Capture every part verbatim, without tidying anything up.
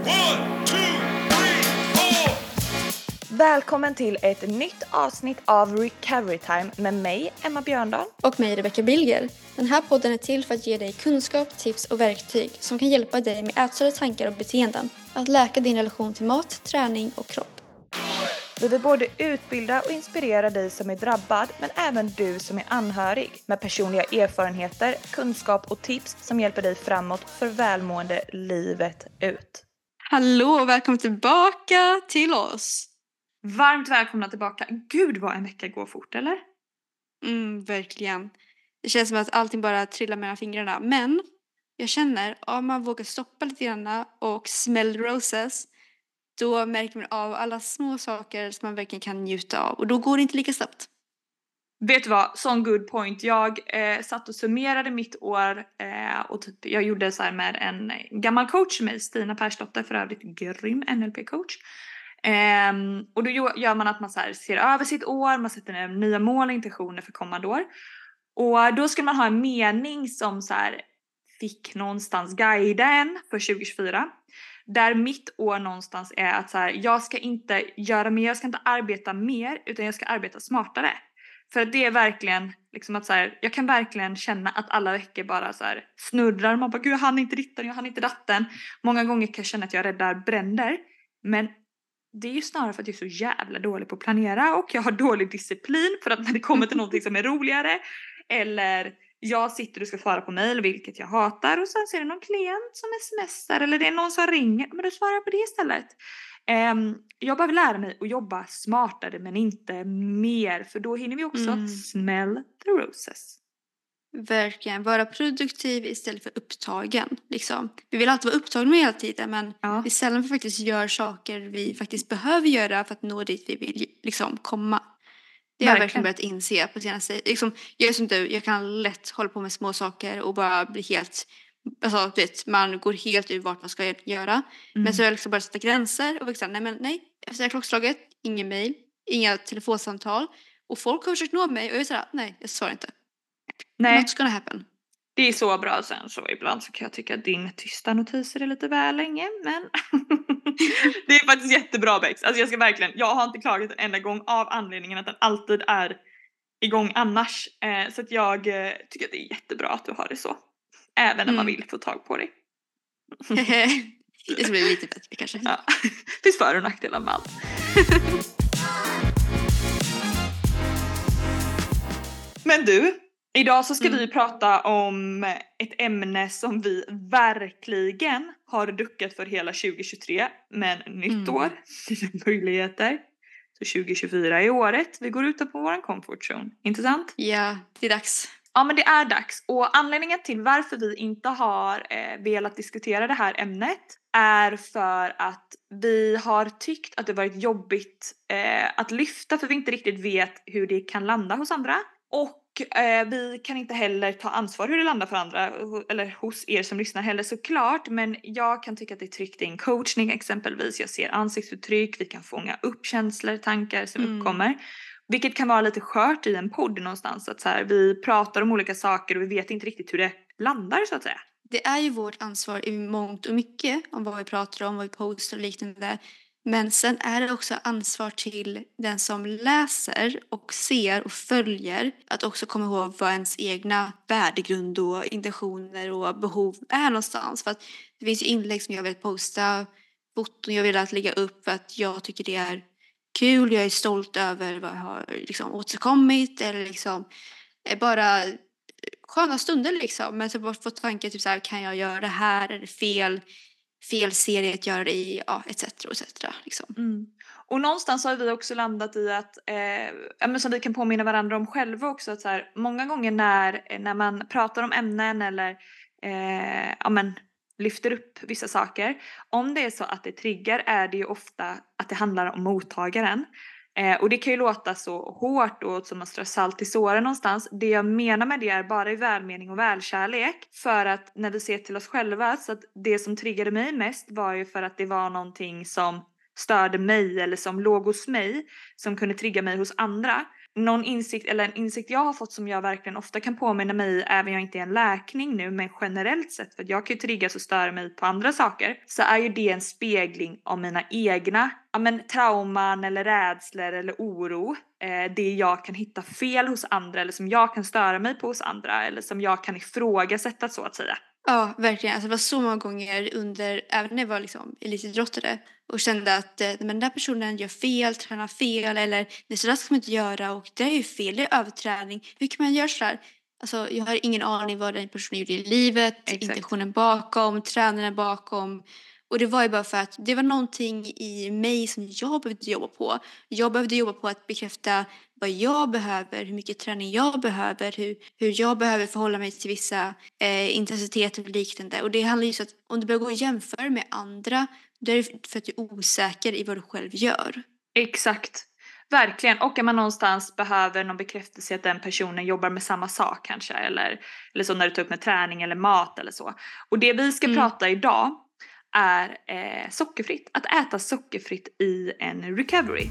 One, two, three, four. Välkommen till ett nytt avsnitt av Recovery Time med mig, Emma Björndal. Och mig, Rebecca Bilger. Den här podden är till för att ge dig kunskap, tips och verktyg som kan hjälpa dig med ätstörda tankar och beteenden. Att läka din relation till mat, träning och kropp. Vi vill både utbilda och inspirera dig som är drabbad, men även du som är anhörig. Med personliga erfarenheter, kunskap och tips som hjälper dig framåt för välmående livet ut. Hallå och välkommen tillbaka till oss. Varmt välkomna tillbaka. Gud vad en vecka går fort, eller? Mm, verkligen. Det känns som att allting bara trillar mellan fingrarna. Men jag känner, om man vågar stoppa lite grann och smell roses, då märker man av alla små saker som man verkligen kan njuta av. Och då går det inte lika snabbt. Vet du vad? Sån good point. Jag eh, satt och summerade mitt år eh, och typ, jag gjorde så här med en gammal coach med Stina Persdotter, för övrigt grym N L P-coach. Um, och då gör man att man så här ser över sitt år, man sätter ner nya mål och intentioner för kommande år. Och då ska man ha en mening som så här fick någonstans guida en för tjugo tjugofyra. Där mitt år någonstans är att så här, jag ska inte göra mer, jag ska inte arbeta mer, utan jag ska arbeta smartare. För att det är verkligen liksom att så här, jag kan verkligen känna att alla veckor bara så här snurrar. Man bara, gud jag hann inte ditten, jag hann inte datten. Många gånger kan jag känna att jag räddar bränder. Men det är ju snarare för att jag är så jävla dålig på att planera och jag har dålig disciplin, för att när det kommer till någonting som är roligare eller jag sitter och ska svara på mejl, vilket jag hatar, och sen ser det någon klient som smsar eller det är någon som ringer, men då svarar jag på det istället. Um, jag behöver lära mig att jobba smartare men inte mer, för då hinner vi också Mm. smell the roses. Verkligen, vara produktiv istället för upptagen. Liksom. Vi vill alltid vara upptagna hela tiden, men Ja. vi sällan faktiskt gör saker vi faktiskt behöver göra för att nå dit vi vill liksom, komma. Det har jag verkligen börjat inse på senaste. Liksom, jag är som du, jag kan lätt hålla på med små saker och bara bli helt, alltså du vet, man går helt ur vart man ska göra. Mm. Men så har jag liksom bara sätta gränser och liksom, nej men nej, efter det här klockslaget, ingen mejl, inga telefonsamtal. Och folk har försökt nå mig och jag är sådär, nej, jag svarar inte. Nej. What's gonna happen? Det är så bra. Sen så ibland så kan jag tycka att din tysta notiser är lite väl länge, men det är faktiskt jättebra, Bex. Alltså jag ska verkligen, jag har inte klagat en enda gång av anledningen att den alltid är igång annars. Eh, så att jag eh, tycker att det är jättebra att du har det så. Även när Mm. man vill få tag på dig. Det ska bli lite bättre kanske. Ja. Finns för- och nackdelar med allt. Men du, idag så ska Mm. vi prata om ett ämne som vi verkligen har duckat för hela tjugo tjugotre. Men nytt Mm. år, nya möjligheter. Så tjugo tjugofyra är året vi går ut på vår comfort zone. Inte sant? Ja, det är dags. Ja, men det är dags. Och anledningen till varför vi inte har eh, velat diskutera det här ämnet är för att vi har tyckt att det varit jobbigt eh, att lyfta, för vi inte riktigt vet hur det kan landa hos andra. Och eh, vi kan inte heller ta ansvar hur det landar för andra, eller hos er som lyssnar heller såklart. Men jag kan tycka att det är tryggt i en coachning exempelvis. Jag ser ansiktsuttryck, vi kan fånga upp känslor, tankar som Mm. uppkommer. Vilket kan vara lite skört i en podd någonstans. Att så här, vi pratar om olika saker och vi vet inte riktigt hur det landar så att säga. Det är ju vårt ansvar i mångt och mycket om vad vi pratar om, vad vi postar och liknande. Men sen är det också ansvar till den som läser och ser och följer att också komma ihåg vad ens egna värdegrund och intentioner och behov är någonstans. För att det finns ju inlägg som jag vill posta, foton jag vill att lägga upp för att jag tycker det är kul, jag är stolt över vad jag har liksom återkommit eller liksom är bara sköna stunder liksom. Men så bara få tankar typ så här, kan jag göra det här, är det fel? fel serie att göra det i, ja, et cetera et cetera liksom. Mm. Och någonstans har vi också landat i att, eh, ja, men som vi kan påminna varandra om själva också, att så här, många gånger när, när man pratar om ämnen eller eh, ja, men, lyfter upp vissa saker, om det är så att det triggar är det ju ofta att det handlar om mottagaren. Eh, och det kan ju låta så hårt och som att strö salt i såren någonstans. Det jag menar med det är bara i välmening och välkärlek. För att när vi ser till oss själva, så att det som triggade mig mest var ju för att det var någonting som störde mig eller som låg hos mig, som kunde trigga mig hos andra. någon insikt eller en insikt jag har fått som jag verkligen ofta kan påminna mig, även jag inte är en läkning nu, men generellt sett, för att jag kan ju triggas och störa mig på andra saker, så är ju det en spegling av mina egna ja, men, trauman eller rädslor eller oro. Eh, det jag kan hitta fel hos andra eller som jag kan störa mig på hos andra eller som jag kan ifrågasätta så att säga. Ja, verkligen. Alltså, det var så många gånger under, även när jag var liksom elitidrottare och kände att eh, men den där personen gör fel, tränar fel eller det så där ska man inte göra och det är ju fel, det är överträning. Hur kan man göra så där? Alltså, jag har ingen aning vad den personen gjorde i livet, Exakt. intentionen bakom, tränaren bakom. Och det var ju bara för att det var någonting i mig som jag behövde jobba på. Jag behövde jobba på att bekräfta vad jag behöver, hur mycket träning jag behöver, hur, hur jag behöver förhålla mig till vissa eh, intensiteter och liknande. Och det handlar ju så att om du börjar gå och jämföra med andra, då är det för att du är osäker i vad du själv gör. Exakt. Verkligen. Och att man någonstans behöver någon bekräftelse att den personen jobbar med samma sak kanske. Eller, eller så när du tar upp med träning eller mat eller så. Och det vi ska Mm. prata idag är eh, sockerfritt. Att äta sockerfritt i en recovery.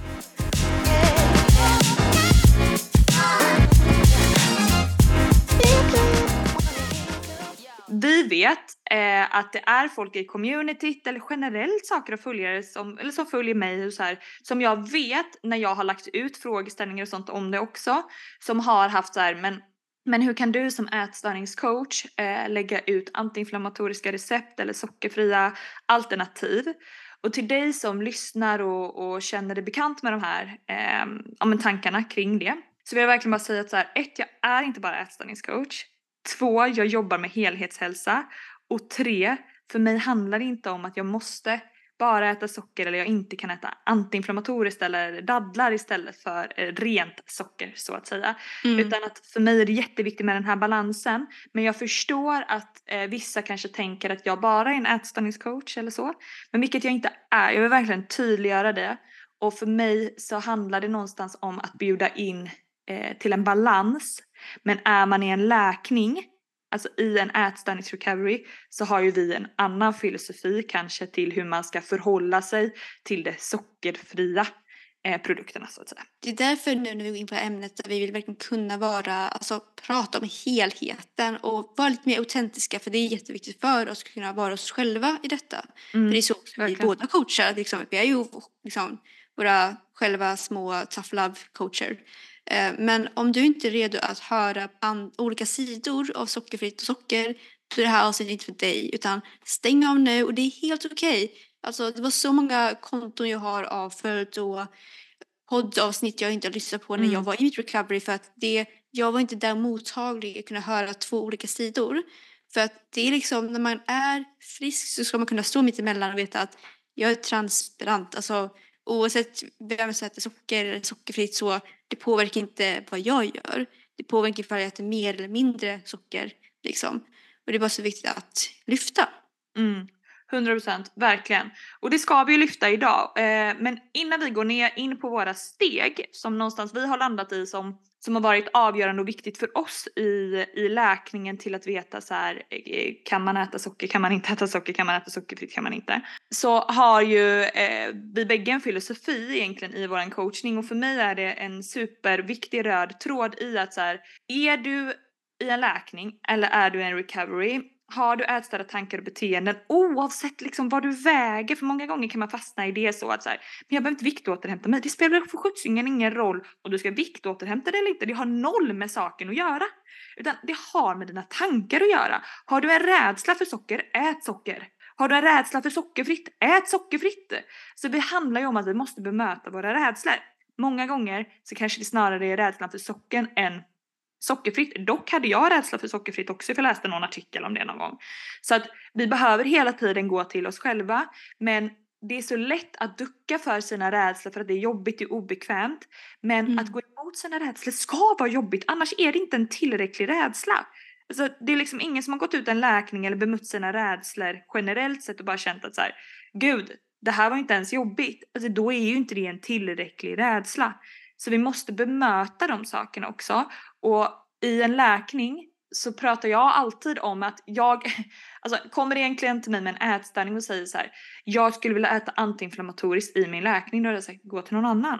Vi vet eh, att det är folk i communityt eller generellt saker och följare som, eller som följer mig och så här, som jag vet när jag har lagt ut frågeställningar och sånt om det också, som har haft så här, men, men hur kan du som ätstörningscoach eh, lägga ut antiinflammatoriska recept eller sockerfria alternativ? Och till dig som lyssnar och, och känner dig bekant med de här eh, ja, men tankarna kring det, så vill jag verkligen bara säga att så här, ett, jag är inte bara ätstörningscoach. Två, jag jobbar med helhetshälsa. Och tre, för mig handlar det inte om att jag måste bara äta socker eller jag inte kan äta antiinflammatoriskt eller dadlar istället för eh, rent socker så att säga. Mm. Utan att för mig är det jätteviktigt med den här balansen. Men jag förstår att eh, vissa kanske tänker att jag bara är en ätstörningscoach eller så. Men vilket jag inte är. Jag vill verkligen tydliggöra det. Och för mig så handlar det någonstans om att bjuda in eh, till en balans. Men är man i en läkning, alltså i en ätstörningsrecovery, så har ju vi en annan filosofi kanske till hur man ska förhålla sig till de sockerfria eh, produkterna så att säga. Det är därför nu när vi går in på det här ämnet att vi vill verkligen kunna vara, alltså prata om helheten och vara lite mer autentiska, för det är jätteviktigt för oss att kunna vara oss själva i detta. Mm, för det är så vi verkligen. båda coachar, liksom, vi är ju liksom våra själva små tough love coacher. Eh, men om du inte är redo att höra an- olika sidor av sockerfritt och socker, så är det här avsnittet inte för dig, utan stäng av nu och det är helt okej. Alltså det var så många konton jag har avföljt och poddavsnitt jag inte har lyssnat på när Mm. jag var i mitt recovery, för att det, jag var inte där mottaglig att kunna höra två olika sidor. För att det är liksom, när man är frisk så ska man kunna stå mitt emellan och veta att jag är transparent. Alltså oavsett vem som äter socker eller sockerfritt, så det påverkar inte vad jag gör. Det påverkar ifall jag äter mer eller mindre socker liksom. Och det är bara så viktigt att lyfta. Mm. hundra procent, verkligen. Och det ska vi ju lyfta idag. Eh, men innan vi går ner in på våra steg som någonstans vi har landat i som, som har varit avgörande och viktigt för oss i, i läkningen till att veta så här, eh, kan man äta socker, kan man inte äta socker, kan man äta sockerfritt, kan man inte. Så har ju eh, vi bägge en filosofi egentligen i våran coachning, och för mig är det en superviktig röd tråd i att så här, är du i en läkning eller är du i en recovery, har du ätstörda tankar och beteenden oavsett liksom vad du väger, för många gånger kan man fastna i det så att så här, men jag behöver inte viktåterhämta mig, det spelar för skjutsingen ingen roll och du ska viktåterhämta dig eller inte, det har noll med saken att göra, utan det har med dina tankar att göra. Har du en rädsla för socker, ät socker. Har du en rädsla för sockerfritt, ät sockerfritt. Så det handlar ju om att vi måste bemöta våra rädslor. Många gånger så kanske det snarare är rädslan för sockern än sockerfritt. Dock hade jag rädsla för sockerfritt också, för jag läste någon artikel om det någon gång. Så att vi behöver hela tiden gå till oss själva. Men det är så lätt att ducka för sina rädslor för att det är jobbigt och obekvämt. Men Mm. att gå emot sina rädslor ska vara jobbigt. Annars är det inte en tillräcklig rädsla. Alltså, det är liksom ingen som har gått ut en läkning eller bemött sina rädslor generellt sett och bara känt att så här, gud, det här var inte ens jobbigt. Alltså, då är ju inte det en tillräcklig rädsla. Så vi måste bemöta de sakerna också. Och i en läkning så pratar jag alltid om att jag, alltså kommer det en klient till mig med en ätstörning och säger så här, jag skulle vilja äta antiinflammatoriskt i min läkning, då är det sagt, gå till någon annan.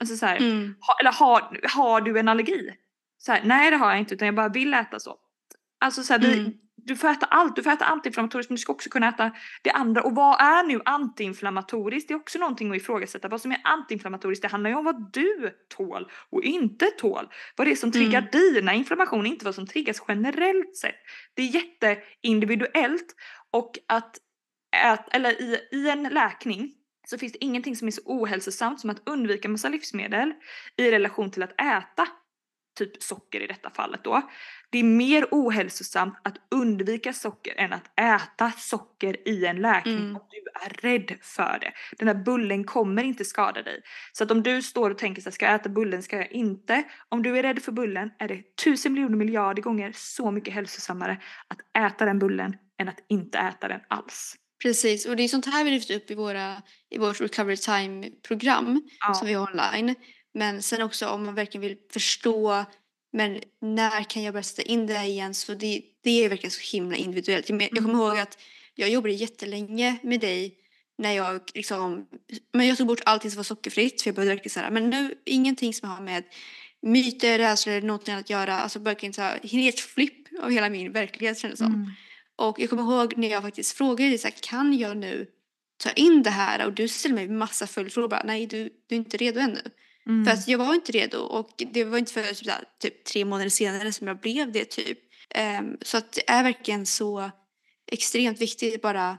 Alltså så här, Mm. ha, eller har, har du en allergi? Så här, nej det har jag inte utan jag bara vill äta så. Alltså så här, vi, Mm. du får äta allt, du får äta antiinflammatoriskt men du ska också kunna äta det andra. Och vad är nu antiinflammatoriskt? Det är också någonting att ifrågasätta. Vad som är antiinflammatoriskt, det handlar ju om vad du tål och inte tål. Vad det är som triggar Mm. dina inflammation, inte vad som triggas generellt sett. Det är jätteindividuellt och att äta, eller i, i en läkning så finns det ingenting som är så ohälsosamt som att undvika massa livsmedel i relation till att äta typ socker i detta fallet då. Det är mer ohälsosamt att undvika socker än att äta socker i en läkning Mm. om du är rädd för det. Den här bullen kommer inte skada dig. Så att om du står och tänker så här, ska jag äta bullen, ska jag inte? Om du är rädd för bullen är det tusen miljoner miljarder gånger så mycket hälsosammare att äta den bullen än att inte äta den alls. Precis, och det är sånt här vi lyfter upp i, våra, i vårt Recovery Time-program Ja. som vi har online. Men sen också om man verkligen vill förstå, men när kan jag börja sätta in det här igen? Så det, det är verkligen så himla individuellt. Jag, jag kommer ihåg att jag jobbade jättelänge med dig när jag liksom, men jag tog bort allting som var sockerfritt. För jag började verkligen så här, men nu ingenting som har med myter, rädslor eller någonting att göra. Alltså verkligen så här, helt flipp av hela min verklighet kändes som. Mm. Och jag kommer ihåg när jag faktiskt frågade dig så här, kan jag nu ta in det här? Och du ställde mig massa följdfrågor. Bara, nej, du, du är inte redo ännu. Mm. För att jag var inte redo. Och det var inte för typ, där, typ tre månader senare som jag blev det typ. Um, så att det är verkligen så extremt viktigt att bara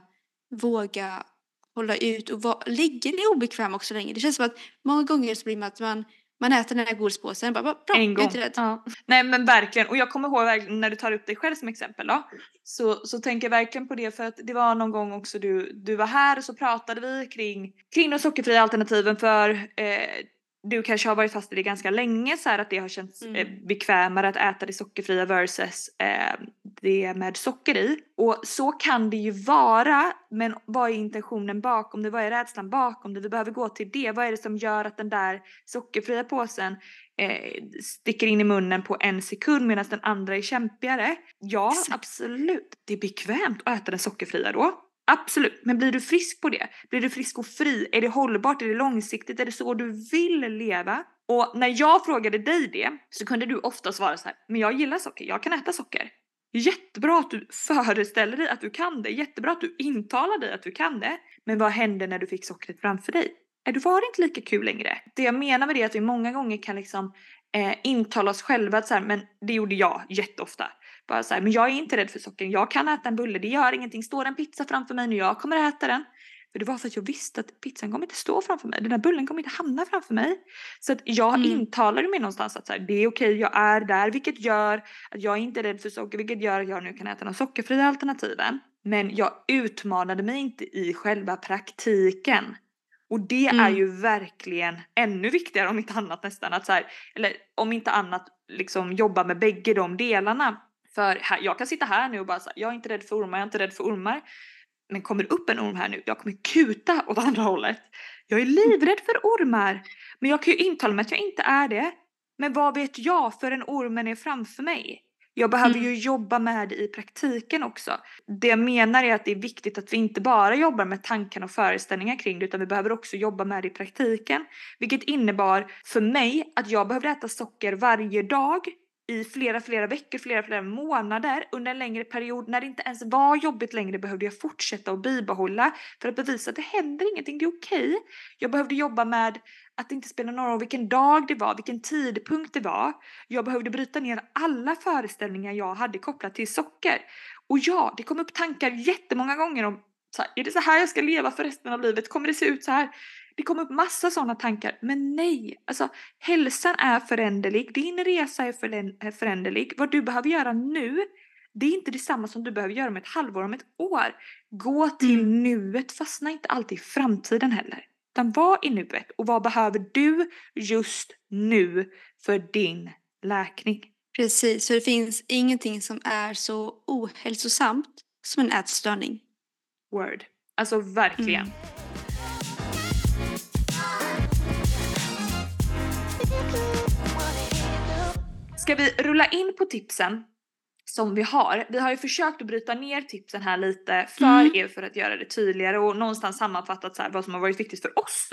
våga hålla ut. Och va- ligga i obekväm också länge. Det känns som att många gånger så blir man att man, man äter den här godispåsen. Bara, bara, bra, En jag är gång. inte rädd. Ja. Nej men verkligen. Och jag kommer ihåg verkligen när du tar upp dig själv som exempel då. Så, så tänker jag verkligen på det för att det var någon gång också du, du var här och så pratade vi kring, kring de sockerfria alternativen för eh, du kanske har varit fast i det ganska länge så här att det har känts Mm. eh, bekvämare att äta det sockerfria versus eh, det med socker i. Och så kan det ju vara, men vad är intentionen bakom det? Vad är rädslan bakom det? Vi behöver gå till det. Vad är det som gör att den där sockerfria påsen eh, sticker in i munnen på en sekund medan den andra är kämpigare? Ja, Exakt. absolut. Det är bekvämt att äta den sockerfria då. Absolut, men blir du frisk på det? Blir du frisk och fri? Är det hållbart? Är det långsiktigt? Är det så du vill leva? Och när jag frågade dig det så kunde du ofta svara så här, men jag gillar socker, jag kan äta socker. Jättebra att du föreställer dig att du kan det, jättebra att du intalar dig att du kan det. Men vad hände när du fick sockret framför dig? Är du var inte lika kul längre? Det jag menar med det är att vi många gånger kan liksom eh, intala oss själva att så här, men det gjorde jag jätteofta. Bara så här, men jag är inte rädd för socker. Jag kan äta en bulle. Det gör ingenting. Står en pizza framför mig nu. Jag kommer äta den. För det var för att jag visste att pizzan kommer inte stå framför mig. Den där bullen kommer inte hamna framför mig. Så att jag Mm. intalade mig någonstans att så här, det är okej. Jag är där. Vilket gör att jag inte är rädd för socker. Vilket gör att jag nu kan äta de sockerfria alternativen. Men jag utmanade mig inte i själva praktiken. Och det Mm. är ju verkligen ännu viktigare om inte annat nästan. Att så här, eller om inte annat liksom jobba med bägge de delarna. För här, jag kan sitta här nu och bara säga, jag är inte rädd för ormar, jag är inte rädd för ormar. Men kommer upp en orm här nu, jag kommer kuta åt andra hållet. Jag är livrädd för ormar. Men jag kan ju intala mig att jag inte är det. Men vad vet jag för en ormen är framför mig? Jag behöver Mm. ju jobba med det i praktiken också. Det jag menar är att det är viktigt att vi inte bara jobbar med tankarna och föreställningar kring det. Utan vi behöver också jobba med det i praktiken. Vilket innebar för mig att jag behövde äta socker varje dag. I flera, flera veckor, flera, flera månader under en längre period. När det inte ens var jobbigt längre behövde jag fortsätta och bibehålla. För att bevisa att det händer ingenting, det är okej. Jag behövde jobba med att det inte spelar någon roll vilken dag det var, vilken tidpunkt det var. Jag behövde bryta ner alla föreställningar jag hade kopplat till socker. Och ja, det kom upp tankar jättemånga gånger om, så här, är det så här jag ska leva för resten av livet? Kommer det se ut så här? Det kom upp massa sådana tankar. Men nej, alltså hälsan är föränderlig. Din resa är föränderlig. Vad du behöver göra nu, det är inte detsamma som du behöver göra om ett halvår, om ett år. Gå till Mm. nuet, fastna inte alltid i framtiden heller. Utan var i nuet. Och vad behöver du just nu för din läkning? Precis, så det finns ingenting som är så ohälsosamt som en ätstörning. Word. Alltså verkligen. Mm. Ska vi rulla in på tipsen som vi har? Vi har ju försökt att bryta ner tipsen här lite för Mm. er för att göra det tydligare och någonstans sammanfattat så här vad som har varit viktigt för oss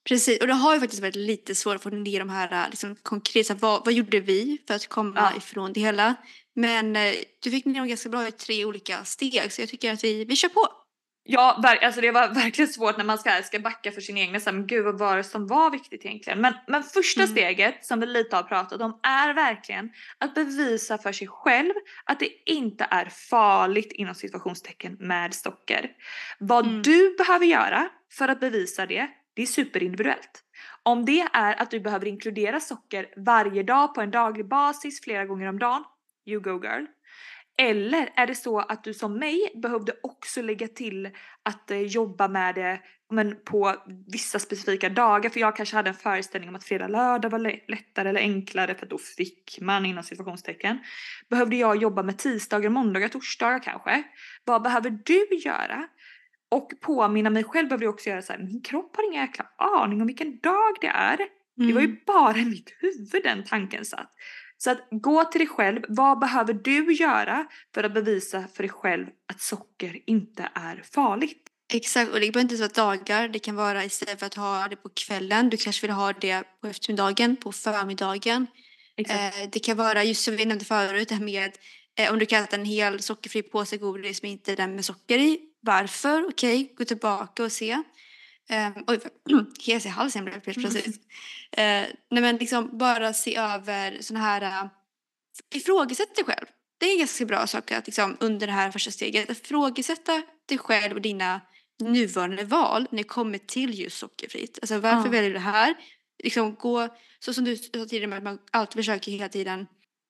Precis, och det har ju faktiskt varit lite svårt att få ner de här liksom, konkreta, vad, vad gjorde vi för att komma Ja. ifrån det hela. Men eh, du fick ner dem ganska bra i tre olika steg, så jag tycker att vi, vi kör på. Ja, ver- alltså det var verkligen svårt när man ska, ska backa för sin egna, så här, men gud vad var det som var viktigt egentligen. Men, men första Mm. steget som vi lite har pratat om är verkligen att bevisa för sig själv att det inte är farligt inom situationstecken med socker. Vad Mm. du behöver göra för att bevisa det, det är superindividuellt. Om det är att du behöver inkludera socker varje dag på en daglig basis flera gånger om dagen, you go girl. Eller är det så att du som mig behövde också lägga till att eh, jobba med det men på vissa specifika dagar, för jag kanske hade en föreställning om att fredag lördag var lä- lättare eller enklare för att då fick man inom situationstecken. Behövde jag jobba med tisdagar, måndagar, torsdagar kanske? Vad behöver du göra? Och påminna mig själv behöver jag också göra så här, min kropp har ingen jäkla aning om vilken dag det är. Det var ju Mm. bara i mitt huvud den tanken satt. Så att gå till dig själv, vad behöver du göra för att bevisa för dig själv att socker inte är farligt? Exakt, och det behöver inte vara dagar. Det kan vara istället för att ha det på kvällen. Du kanske vill ha det på eftermiddagen, på förmiddagen. Exakt. Eh, det kan vara, just som vi nämnde förut, det här med eh, om du kan äta en hel sockerfri påse godis med inte den med socker i. Varför? Okej, gå tillbaka och se. Eh, oj, hes i halsen blev det plötsligt. Eh, nej men liksom bara se över sådana här, uh, ifrågasätt dig själv. Det är en ganska bra sak att liksom, under det här första steget, att ifrågasätta dig själv och dina nuvarande val när det kommer till just sockerfritt. Alltså varför Ja. väljer du det här? Liksom gå, så som du sa tidigare, med att man alltid försöker hela tiden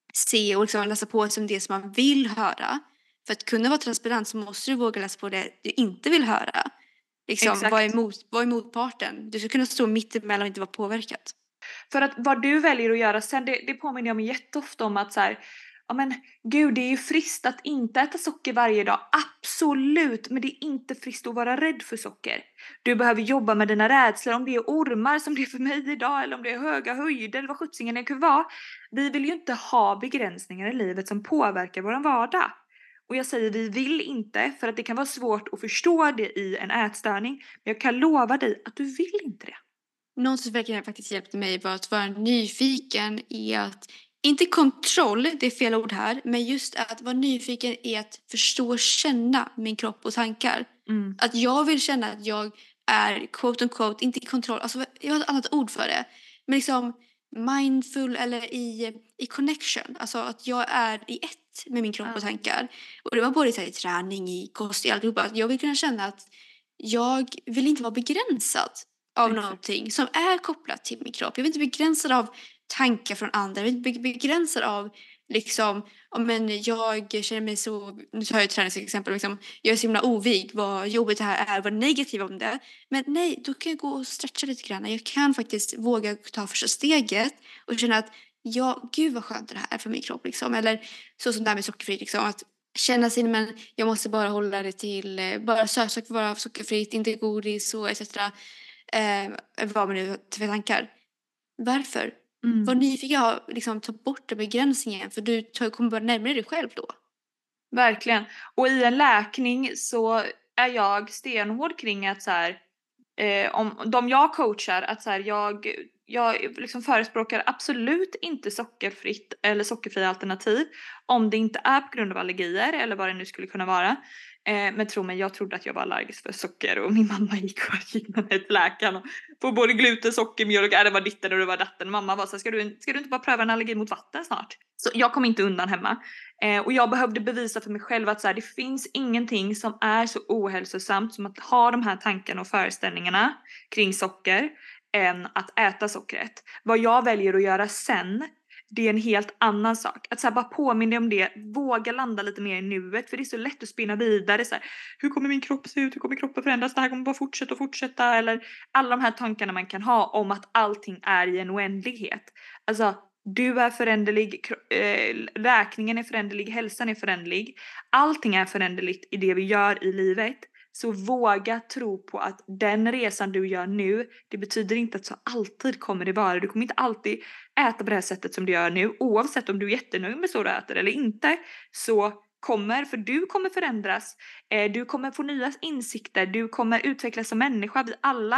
se och liksom läsa på som det som man vill höra. För att kunna vara transparent så måste du våga läsa på det du inte vill höra. Liksom, Exakt. vad är, mot, vad är motparten? Du ska kunna stå mitt emellan och inte vara påverkat. För att vad du väljer att göra sen, det, det påminner jag mig jätteofta om att så här, ja men gud, det är ju friskt att inte äta socker varje dag. Absolut, men det är inte friskt att vara rädd för socker. Du behöver jobba med dina rädslor, om det är ormar som det är för mig idag, eller om det är höga höjder, eller vad sjuttsingen det kan vara. Vi vill ju inte ha begränsningar i livet som påverkar vår vardag. Och jag säger vi vill inte, för att det kan vara svårt att förstå det i en ätstörning. Men jag kan lova dig att du vill inte det. Något som verkligen faktiskt hjälpte mig var att vara nyfiken i att, inte kontroll, det är fel ord här, men just att vara nyfiken i att förstå och känna min kropp och tankar. Mm. Att jag vill känna att jag är quote on quote, inte i kontroll, alltså jag har ett annat ord för det, men liksom mindful eller i, i connection, alltså att jag är i ett med min kropp och tankar. Och det var både så här, i träning, i kost, i alltihopa, att jag vill kunna känna att jag vill inte vara begränsad av Exakt. någonting som är kopplat till min kropp. Jag vill inte bli begränsad av tankar från andra. Jag vill inte bli begränsad av liksom, om men jag känner mig så, nu tar jag ett träningsexempel, liksom, jag är så himla ovig, vad jobbigt det här är, vad negativt om det. Men nej, då kan jag gå och stretcha lite grann. Jag kan faktiskt våga ta första steget och känna att ja, gud vad skönt det här är för min kropp. Liksom. Eller så som det här med sockerfritt, liksom, att känna sig, men jag måste bara hålla det till, bara sötsaker får vara sockerfritt, inte godis och et cetera. Eh, vad man nu har för tankar. Varför? Mm. Var nyfiken att liksom, ta bort den begränsningen, för du tar, kommer bara närmare dig själv då. Verkligen. Och i en läkning så är jag stenhård kring att så här, eh, om de jag coachar, att så här, jag, jag liksom förespråkar absolut inte sockerfritt eller sockerfria alternativ om det inte är på grund av allergier eller vad det nu skulle kunna vara. Eh, men tro mig, jag trodde att jag var allergisk för socker och min mamma gick och gick med mig till läkaren och på både gluten, socker, mjölk, äh, det var ditten och det var datten. Mamma var så här, ska du, ska du inte bara pröva en allergi mot vatten snart? Så jag kom inte undan hemma. Eh, och jag behövde bevisa för mig själv att så här, det finns ingenting som är så ohälsosamt som att ha de här tankarna och föreställningarna kring socker än att äta sockret. Vad jag väljer att göra sen, det är en helt annan sak. Att så här, bara påminna om det, våga landa lite mer i nuet, för det är så lätt att spinna vidare. Så här, hur kommer min kropp se ut? Hur kommer kroppen förändras? Det här kommer bara fortsätta och fortsätta. Eller alla de här tankarna man kan ha om att allting är i en oändlighet. Alltså, du är föränderlig, äh, räkningen är föränderlig, hälsan är föränderlig. Allting är föränderligt i det vi gör i livet. Så våga tro på att den resan du gör nu, det betyder inte att så alltid kommer det vara. Du kommer inte alltid äta på det här sättet som du gör nu. Oavsett om du är jättenöjd med så du äter eller inte. Så kommer, för du kommer förändras. Eh, du kommer få nya insikter. Du kommer utvecklas som människa. Vi alla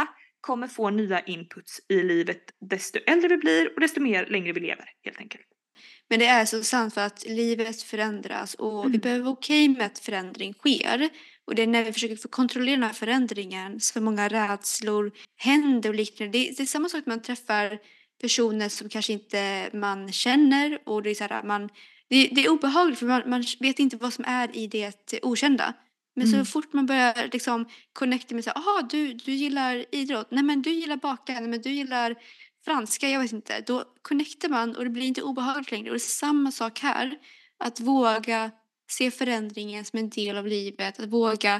kommer få nya inputs i livet desto äldre vi blir och desto mer längre vi lever helt enkelt. Men det är så sant för att livet förändras och Mm. vi behöver vara okej med att förändring sker. Och det är när vi försöker få kontrollera den här förändringen så många rädslor händer och liknande. Det, det är samma sak att man träffar personer som kanske inte man känner och det är så här, man, det, det är obehagligt för man, man vet inte vad som är i det okända. Men Mm. så fort man börjar liksom connecta med så här, aha, du, du gillar idrott, nej men du gillar baka, nej men du gillar franska, jag vet inte. Då connectar man och det blir inte obehagligt längre. Och det är samma sak här. Att våga se förändringen som en del av livet. Att våga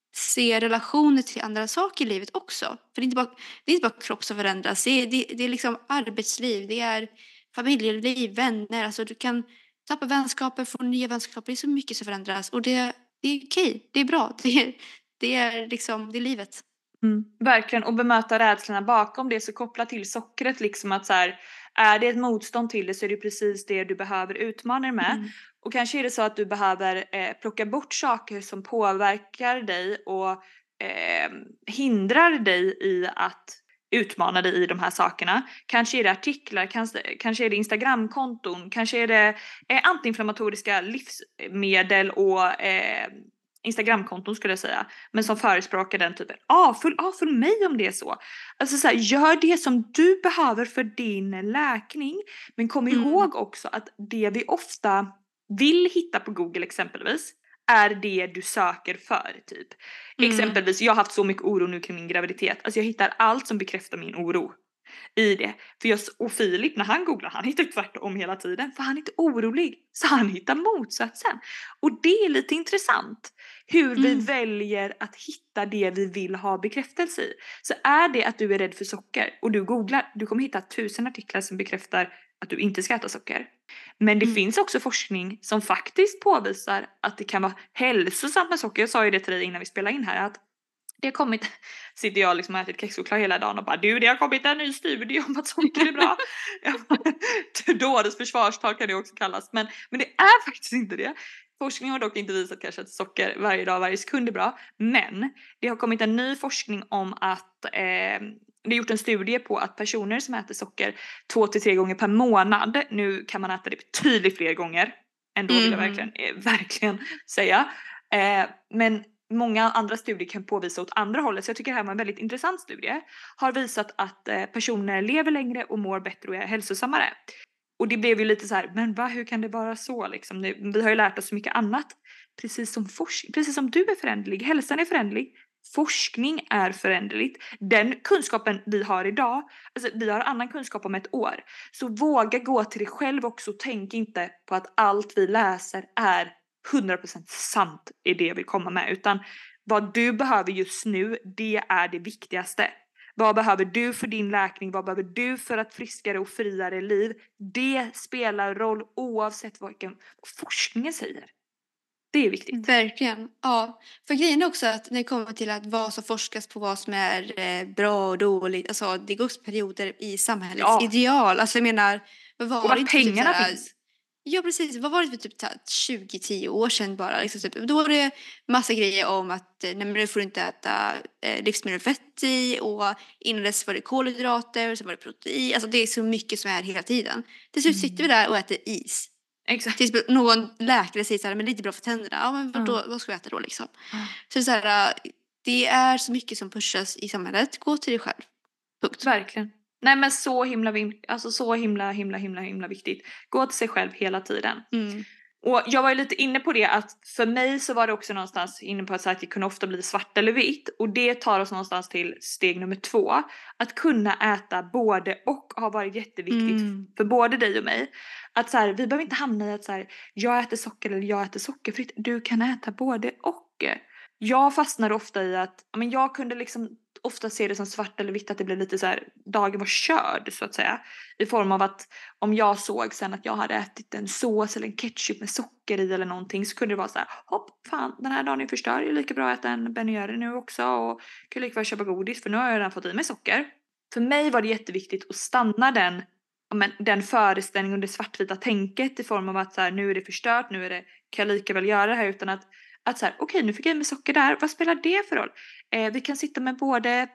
se relationer till andra saker i livet också. För det är inte bara, det är inte bara kropp som förändras. Det är, det, det är liksom arbetsliv, det är familjeliv, vänner. Alltså du kan tappa vänskaper, få nya vänskaper. Det är så mycket som förändras. Och det, det är okej, det är bra. Det är, det är liksom, det är livet. Mm, verkligen, och bemöta rädslorna bakom det, så koppla till sockret liksom att så här, är det ett motstånd till det så är det precis det du behöver utmana dig med. Mm. Och kanske är det så att du behöver eh, plocka bort saker som påverkar dig och eh, hindrar dig i att utmana dig i de här sakerna. Kanske är det artiklar, kanske, kanske är det Instagramkonton, kanske är det eh, antiinflammatoriska livsmedel och eh, Instagramkonton skulle jag säga, men som förespråkar den typen. Ah, följ, ah, följ mig om det är så. Alltså så här, gör det som du behöver för din läkning, men kom Mm. ihåg också att det vi ofta vill hitta på Google exempelvis är det du söker för typ. Mm. Exempelvis, jag har haft så mycket oro nu kring min graviditet. Alltså jag hittar allt som bekräftar min oro i det. För jag, och Filip, när han googlar, han hittar tvärtom hela tiden. För han är inte orolig. Så han hittar motsatsen. Och det är lite intressant. Hur vi Mm. väljer att hitta det vi vill ha bekräftelse i. Så är det att du är rädd för socker och du googlar, du kommer hitta tusen artiklar som bekräftar att du inte ska äta socker. Men det Mm. finns också forskning som faktiskt påvisar att det kan vara hälsosamt med socker. Jag sa ju det till dig innan vi spelade in här, att det har kommit, sitter jag liksom och ätit kexchoklad hela dagen och bara, du, det har kommit en ny studie om att socker är bra. Dåres försvarstal kan det också kallas, men, men det är faktiskt inte det. Forskning har dock inte visat kanske att socker varje dag, varje sekund är bra, men det har kommit en ny forskning om att eh, det är gjort en studie på att personer som äter socker två till tre gånger per månad, nu kan man äta det betydligt fler gånger, ändå vill jag Mhm. verkligen, eh, verkligen säga, eh, men många andra studier kan påvisa åt andra hållet, så jag tycker det här var en väldigt intressant studie, har visat att eh, personer lever längre och mår bättre och är hälsosammare. Och det blev ju lite så här, men va, hur kan det vara så liksom? Det, vi har ju lärt oss så mycket annat. Precis som, forsk- precis som du är föränderlig, hälsan är föränderlig, forskning är föränderligt. Den kunskapen vi har idag, alltså vi har annan kunskap om ett år. Så våga gå till dig själv också, tänk inte på att allt vi läser är hundra procent sant i det jag vill komma med. Utan vad du behöver just nu, det är det viktigaste. Vad behöver du för din läkning? Vad behöver du för att friskare och friare liv? Det spelar roll oavsett vad forskningen säger. Det är viktigt. Verkligen, ja. För grejen är också att när det kommer till att vad som forskas på vad som är eh, bra och dåligt, alltså det går också perioder i samhällets Ja. ideal. Alltså jag menar, vad var Och det vart inte för typ pengarna såhär- finns. Ja precis, vad var det för typ tjugo tio år sedan bara? Liksom, typ. Då var det massa grejer om att eh, nej, men nu får du inte äta eh, livsmedel med fett i, och innan dess var det kolhydrater, så var det protein, alltså det är så mycket som är hela tiden. Till slut Mm. sitter vi där och äter is. Exakt. Tills någon läkare säger så här, men det är inte bra för tänderna. Ja, men vad, då, Mm. vad ska vi äta då liksom? Mm. Så det är, så här, det är så mycket som pushas i samhället. Gå till dig själv. Punkt. Verkligen. Nej men så himla, vin- alltså så himla, himla, himla, himla viktigt. Gå till sig själv hela tiden. Mm. Och jag var ju lite inne på det, att för mig så var det också någonstans inne på att, så att det kunde ofta bli svart eller vitt. Och det tar oss någonstans till steg nummer två. Att kunna äta både och har varit jätteviktigt Mm. för både dig och mig. Att så här, vi behöver inte hamna i att så här, jag äter socker eller jag äter sockerfritt. Du kan äta både och. Jag fastnar ofta i att ja, men jag kunde liksom ofta se det som svart eller vitt, att det blev lite så här, dagen var körd så att säga. I form av att om jag såg sen att jag hade ätit en sås eller en ketchup med socker i eller någonting, så kunde det vara så här, hopp, fan den här dagen är förstörd, det är lika bra att äta en Ben och Jerry nu också och kan lika väl köpa godis för nu har jag redan fått i mig socker. För mig var det jätteviktigt att stanna den, ja, men, den föreställningen och det svartvita tänket i form av att så här, nu är det förstört, nu är det, kan jag lika väl göra det här, utan att Att så här, okej, nu fick jag i mig socker där, vad spelar det för roll? Eh, vi kan sitta med både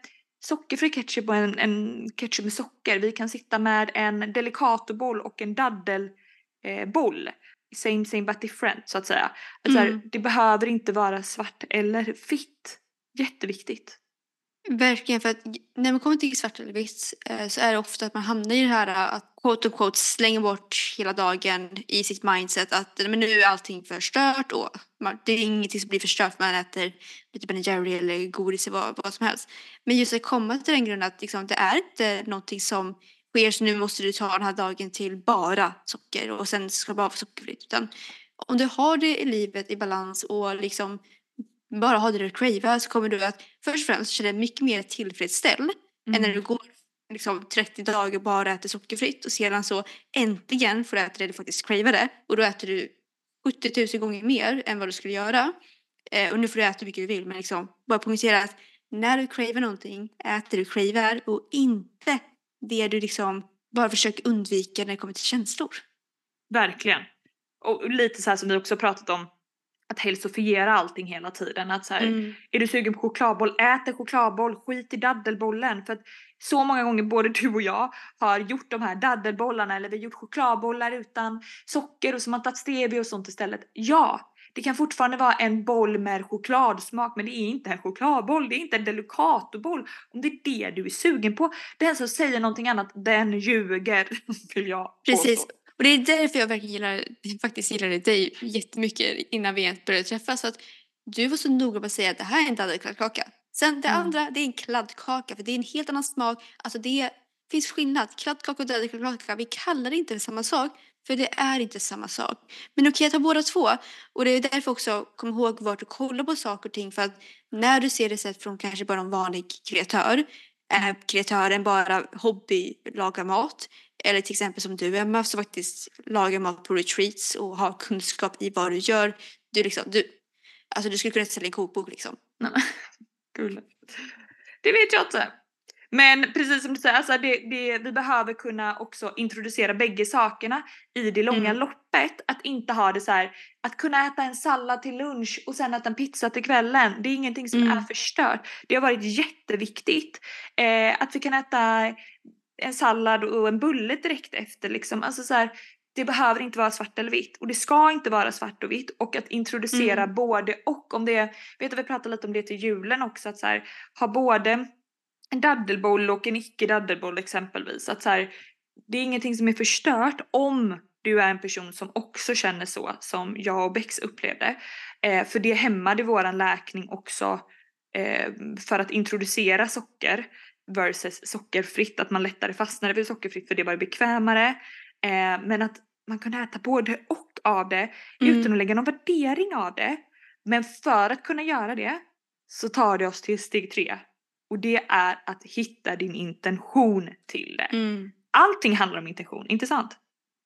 sockerfri ketchup och en, en ketchup med socker. Vi kan sitta med en delicatoboll och en daddelboll. Eh, same same but different så att säga. Alltså Mm. här, det behöver inte vara svart eller vitt. Jätteviktigt. Verkligen, för att när man kommer till svart eller vitt eh, så är det ofta att man hamnar i det här eh, att quote unquote slänga bort hela dagen i sitt mindset att men nu är allting förstört och man, det är ingenting som blir förstört för man äter lite Ben and Jerry eller godis eller vad, vad som helst. Men just att komma till den grunden att liksom, det är inte någonting som sker så nu måste du ta den här dagen till bara socker och sen ska det bara vara sockerfritt. Utan om du har det i livet i balans och liksom bara ha det du cravar så kommer du att först och främst känna dig mycket mer tillfredsställd Mm. än när du går liksom trettio dagar och bara äter sockerfritt och sedan så äntligen får du äta det du faktiskt cravade och då äter du sjuttio tusen gånger mer än vad du skulle göra. Eh, och nu får du äta hur mycket du vill men liksom bara poängtera att när du cravar någonting äter du cravar och inte det du liksom bara försöker undvika när det kommer till känslor. Verkligen. Och lite så här som vi också pratat om. Att hälsofiera allting hela tiden. Att så här, Mm. är du sugen på chokladboll? Ät en chokladboll. Skit i daddelbollen. För att så många gånger både du och jag har gjort de här daddelbollarna. Eller vi har gjort chokladbollar utan socker. Och så man tagit stevia och sånt istället. Ja, det kan fortfarande vara en boll med chokladsmak. Men det är inte en chokladboll. Det är inte en delicatoboll. Om det är det du är sugen på. Den som säger någonting annat, den ljuger. Vill jag Precis. påstå. Och det är därför jag verkligen gillar, faktiskt gillade dig jättemycket innan vi ens började träffas. Så att du var så noga med att säga att det här är en daddelkladdkaka. Sen det Mm. andra, det är en kladdkaka. För det är en helt annan smak. Alltså det finns skillnad. Kladdkaka och daddelkladdkaka, vi kallar det inte för samma sak. För det är inte samma sak. Men okej, jag tar båda två. Och det är därför också, kom ihåg vart du kollar på saker och ting. För att när du ser det sett från kanske bara en vanlig kreatör. Är kreatören bara hobby laga mat? Eller till exempel som du, Emma, som faktiskt lagar mat på retreats och har kunskap i vad du gör. Du liksom, du, alltså du skulle kunna sälja en kokbok liksom. Nej, men, kul. Det vet jag inte. Men precis som du säger, alltså det, det, vi behöver kunna också introducera bägge sakerna i det långa Mm. loppet. Att inte ha det så här, att kunna äta en sallad till lunch och sen äta en pizza till kvällen. Det är ingenting som Mm. är förstört. Det har varit jätteviktigt. Eh, att vi kan äta en sallad och en bulle direkt efter liksom. Alltså så här, det behöver inte vara svart eller vitt. Och det ska inte vara svart och vitt. Och att introducera Mm. både och. Om det, vet du, vi pratade lite om det till julen också. Att så här, ha både en daddelboll och en icke-daddelboll exempelvis. Att så här, det är ingenting som är förstört om du är en person som också känner så som jag och Bex upplevde. Eh, för det hämmade våran läkning också eh, för att introducera socker versus sockerfritt. Att man lättare fastnade vid sockerfritt för det var bekvämare. Eh, men att man kunde äta både och av det Mm. utan att lägga någon värdering av det. Men för att kunna göra det så tar det oss till steg tre. Och det är att hitta din intention till det. Mm. Allting handlar om intention, inte sant?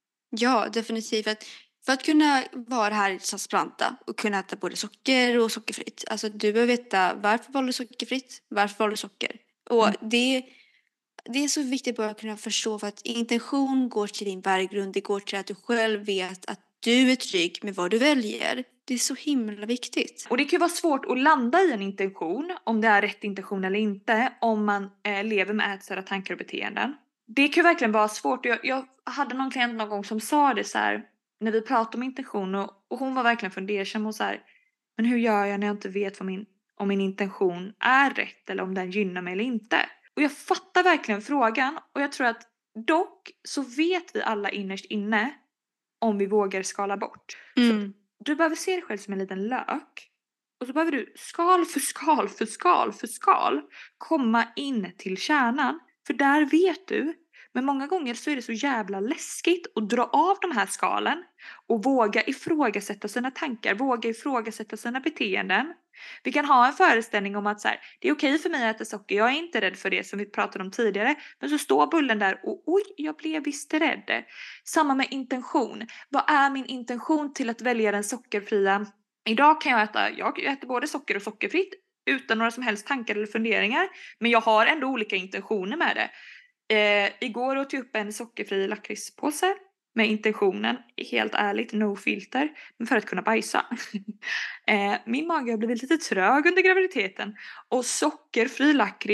Ja, definitivt. För att, för att kunna vara här i transparenta och kunna äta både socker och sockerfritt. Alltså du behöver veta varför valde du sockerfritt, varför valde du socker. Och Mm. det, det är så viktigt bara att kunna förstå för att intention går till din värdegrund. Det går till att du själv vet att du är trygg med vad du väljer. Det är så himla viktigt. Och det kan ju vara svårt att landa i en intention, om det är rätt intention eller inte, om man eh, lever med ätstörda tankar och beteenden. Det kan ju verkligen vara svårt. Jag, jag hade någon klient någon gång som sa det så här, när vi pratade om intention och, och hon var verkligen fundersam och så här, men hur gör jag när jag inte vet vad min, om min intention är rätt eller om den gynnar mig eller inte? Och jag fattar verkligen frågan och jag tror att dock så vet vi alla innerst inne om vi vågar skala bort. Mm. Du behöver se dig själv som en liten lök. Och så behöver du skal för skal för skal för skal komma in till kärnan. För där vet du. Men många gånger så är det så jävla läskigt att dra av de här skalen. Och våga ifrågasätta sina tankar. Våga ifrågasätta sina beteenden. Vi kan ha en föreställning om att så här, det är okej för mig att äta socker. Jag är inte rädd för det som vi pratade om tidigare. Men så står bullen där och oj, jag blev visst rädd. Samma med intention. Vad är min intention till att välja den sockerfria? Idag kan jag äta, jag äter både socker och sockerfritt. Utan några som helst tankar eller funderingar. Men jag har ändå olika intentioner med det. Eh, igår åt jag upp en sockerfri lakritspåse. Med intentionen, helt ärligt, no filter. Men för att kunna bajsa. eh, min mage har blivit lite trög under graviditeten. Och sockerfri lakrits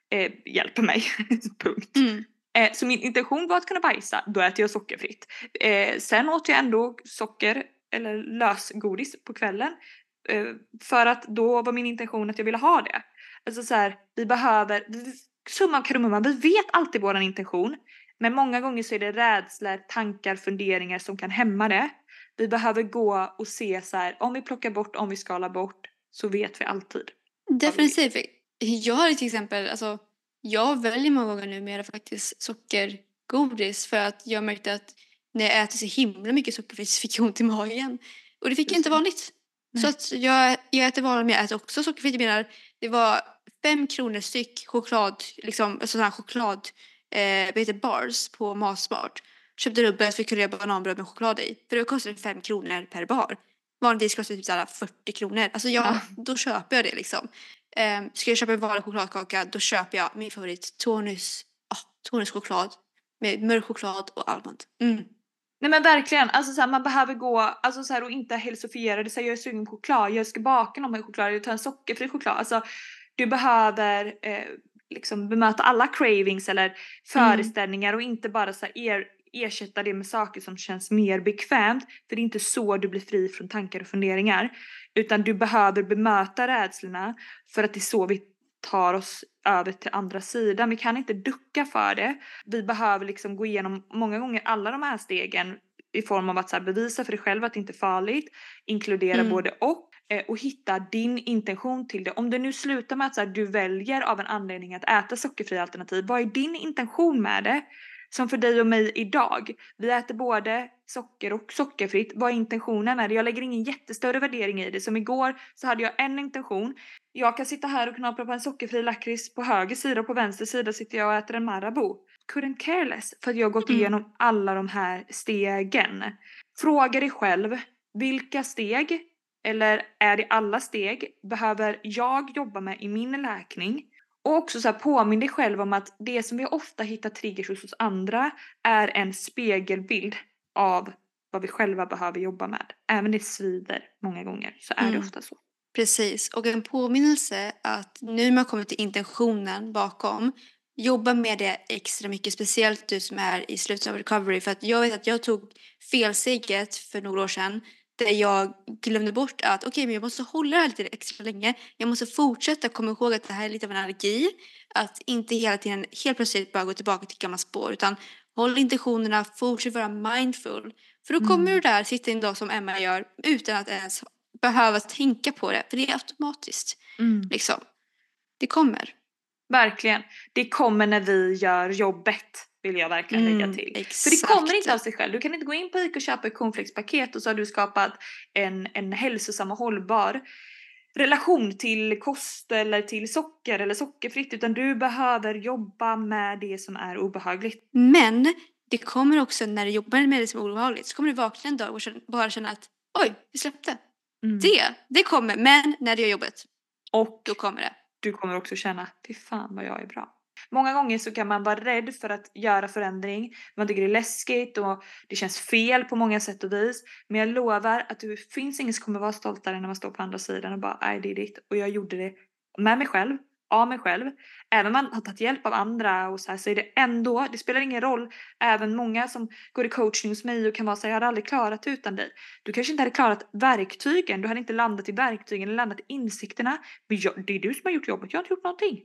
eh, hjälper mig. Punkt. Mm. Eh, så min intention var att kunna bajsa, då äter jag sockerfritt. Eh, sen åt jag ändå socker eller lösgodis på kvällen. Eh, för att då var min intention att jag ville ha det. Alltså så här, vi behöver, summa av kardemumman, vi vet alltid våran intention. Men många gånger så är det rädslor, tankar, funderingar som kan hämma det. Vi behöver gå och se så här, om vi plockar bort, om vi skalar bort, så vet vi alltid. Definitivt. Jag har till exempel, alltså, jag väljer många gånger numera faktiskt sockergodis för att jag märkte att när jag äter så himla mycket sockerfritt så fick jag ont i magen. Och det fick jag inte vanligt. Nej. Så att jag, jag äter vanligt, men jag äter också sockerfritt. Jag menar, det var fem kronor styck choklad, liksom sån här choklad, eh, vad heter bars på Matsmart. Köpte dubbelt för att kunna göra bananbröd med choklad i. För det kostade fem kronor per bar. Vanligtvis kostar det typ såhär fyrtio kronor. Alltså jag, Ja. då köper jag det liksom. Um, ska jag köpa en vanlig chokladkaka, då köper jag min favorit Tonus, ah, Tonus choklad med mörk choklad och almond. Mm. Nej men verkligen, alltså så här, man behöver gå, alltså så här, och inte hälsofiera det, så här, jag är sugen på choklad, jag ska baka någon med choklad, jag tar en sockerfri choklad. Alltså du behöver eh, liksom bemöta alla cravings eller föreställningar och inte bara så här, er, ersätta det med saker som känns mer bekvämt, för det är inte så du blir fri från tankar och funderingar, utan du behöver bemöta rädslorna för att det är så vi tar oss över till andra sidan. Vi kan inte ducka för det. Vi behöver liksom gå igenom många gånger alla de här stegen i form av att så här, bevisa för dig själv att det inte är farligt, inkludera Mm. både och eh, och hitta din intention till det. Om du nu slutar med att så här, du väljer av en anledning att äta sockerfria alternativ, vad är din intention med det? Som för dig och mig idag. Vi äter både socker och sockerfritt. Vad är intentionen med det? Jag lägger ingen jättestörre värdering i det. Som igår så hade jag en intention. Jag kan sitta här och knapra på en sockerfri lakrits på höger sida, och på vänster sida sitter jag och äter en Marabou. Couldn't care less, för att jag har gått Mm. igenom alla de här stegen. Fråga dig själv, vilka steg, eller är det alla steg, behöver jag jobba med i min läkning? Och också så här, påminn dig själv om att det som vi ofta hittar triggers hos andra är en spegelbild av vad vi själva behöver jobba med. Även det svider många gånger, så är det Mm. ofta så. Precis, och en påminnelse att nu när man kommer till intentionen bakom, jobba med det extra mycket, speciellt du som är i slutet av recovery, för att jag vet att jag tog felsteget för några år sedan där jag glömde bort att okej, okay, men jag måste hålla det här lite extra länge, jag måste fortsätta komma ihåg att det här är lite av en allergi, att inte hela tiden helt plötsligt bara gå tillbaka till gamla spår, utan håll intentionerna, fortsätt vara mindful, för då kommer Mm. du där, sitta en dag som Emma gör utan att ens behöva tänka på det, för det är automatiskt. Mm. Liksom. Det kommer. Verkligen. Det kommer när vi gör jobbet, vill jag verkligen lägga Mm, till. exakt. För det kommer inte av sig själv. Du kan inte gå in på Ica och köpa ett cornflakespaket och så har du skapat en, en hälsosam och hållbar relation till kost eller till socker eller sockerfritt, utan du behöver jobba med det som är obehagligt. Men det kommer också, när du jobbar med det som är obehagligt, så kommer du vakna en dag och känna, bara känna att oj, vi släppte. Mm. Det, det kommer. Men när du gör jobbet, Och då kommer det. du kommer också känna, fy fan vad jag är bra. Många gånger så kan man vara rädd för att göra förändring. Man tycker det är läskigt och det känns fel på många sätt och vis. Men jag lovar att det finns ingen som kommer vara stoltare när man står på andra sidan och bara I did it. Och jag gjorde det med mig själv, av mig själv. Även om man har tagit hjälp av andra och så här, så är det ändå, det spelar ingen roll. Även många som går i coaching hos mig och kan vara så här, jag hade aldrig klarat det utan dig. Du kanske inte hade klarat verktygen, du hade inte landat i verktygen eller landat i insikterna. Men jag, det är du som har gjort jobbet, jag har inte gjort någonting.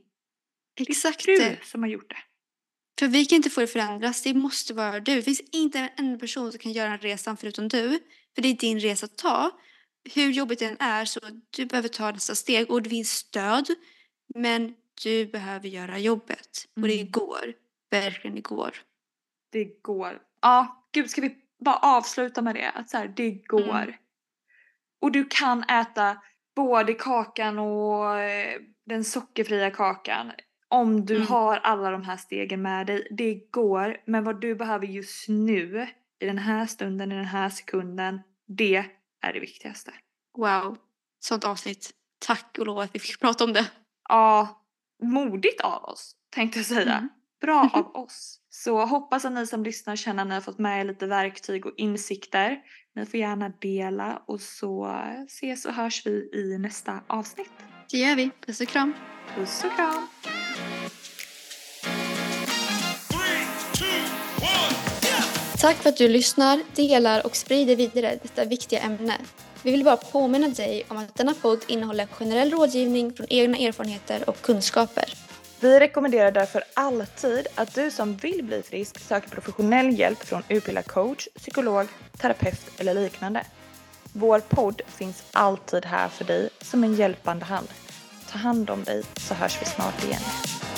Exakt. Det är du som har gjort det. För vi kan inte få det förändras, det måste vara du. Det finns inte en enda person som kan göra den resan förutom du. För det är din resa att ta. Hur jobbigt den är, så du behöver ta nästa steg. Och det finns stöd, men du behöver göra jobbet. Och det Mm. går. Verkligen det går. Det går. Ja, gud, ska vi bara avsluta med det? Att så här, det går. Mm. Och du kan äta både kakan och eh, den sockerfria kakan. Om du Mm. har alla de här stegen med dig. Det går. Men vad du behöver just nu, i den här stunden, i den här sekunden, det är det viktigaste. Wow, sånt avsnitt. Tack och lov att vi fick prata om det. Ja, modigt av oss, tänkte jag säga. Mm. Bra av oss. Så hoppas att ni som lyssnar känner att ni har fått med er lite verktyg och insikter. Ni får gärna dela, och så ses och hörs vi i nästa avsnitt. Det gör vi. Puss och kram. Puss och kram! Tack för att du lyssnar, delar och sprider vidare detta viktiga ämne. Vi vill bara påminna dig om att denna podd innehåller generell rådgivning från egna erfarenheter och kunskaper. Vi rekommenderar därför alltid att du som vill bli frisk söker professionell hjälp från utbildad coach, psykolog, terapeut eller liknande. Vår podd finns alltid här för dig som en hjälpande hand. Ta hand om dig så hörs vi snart igen.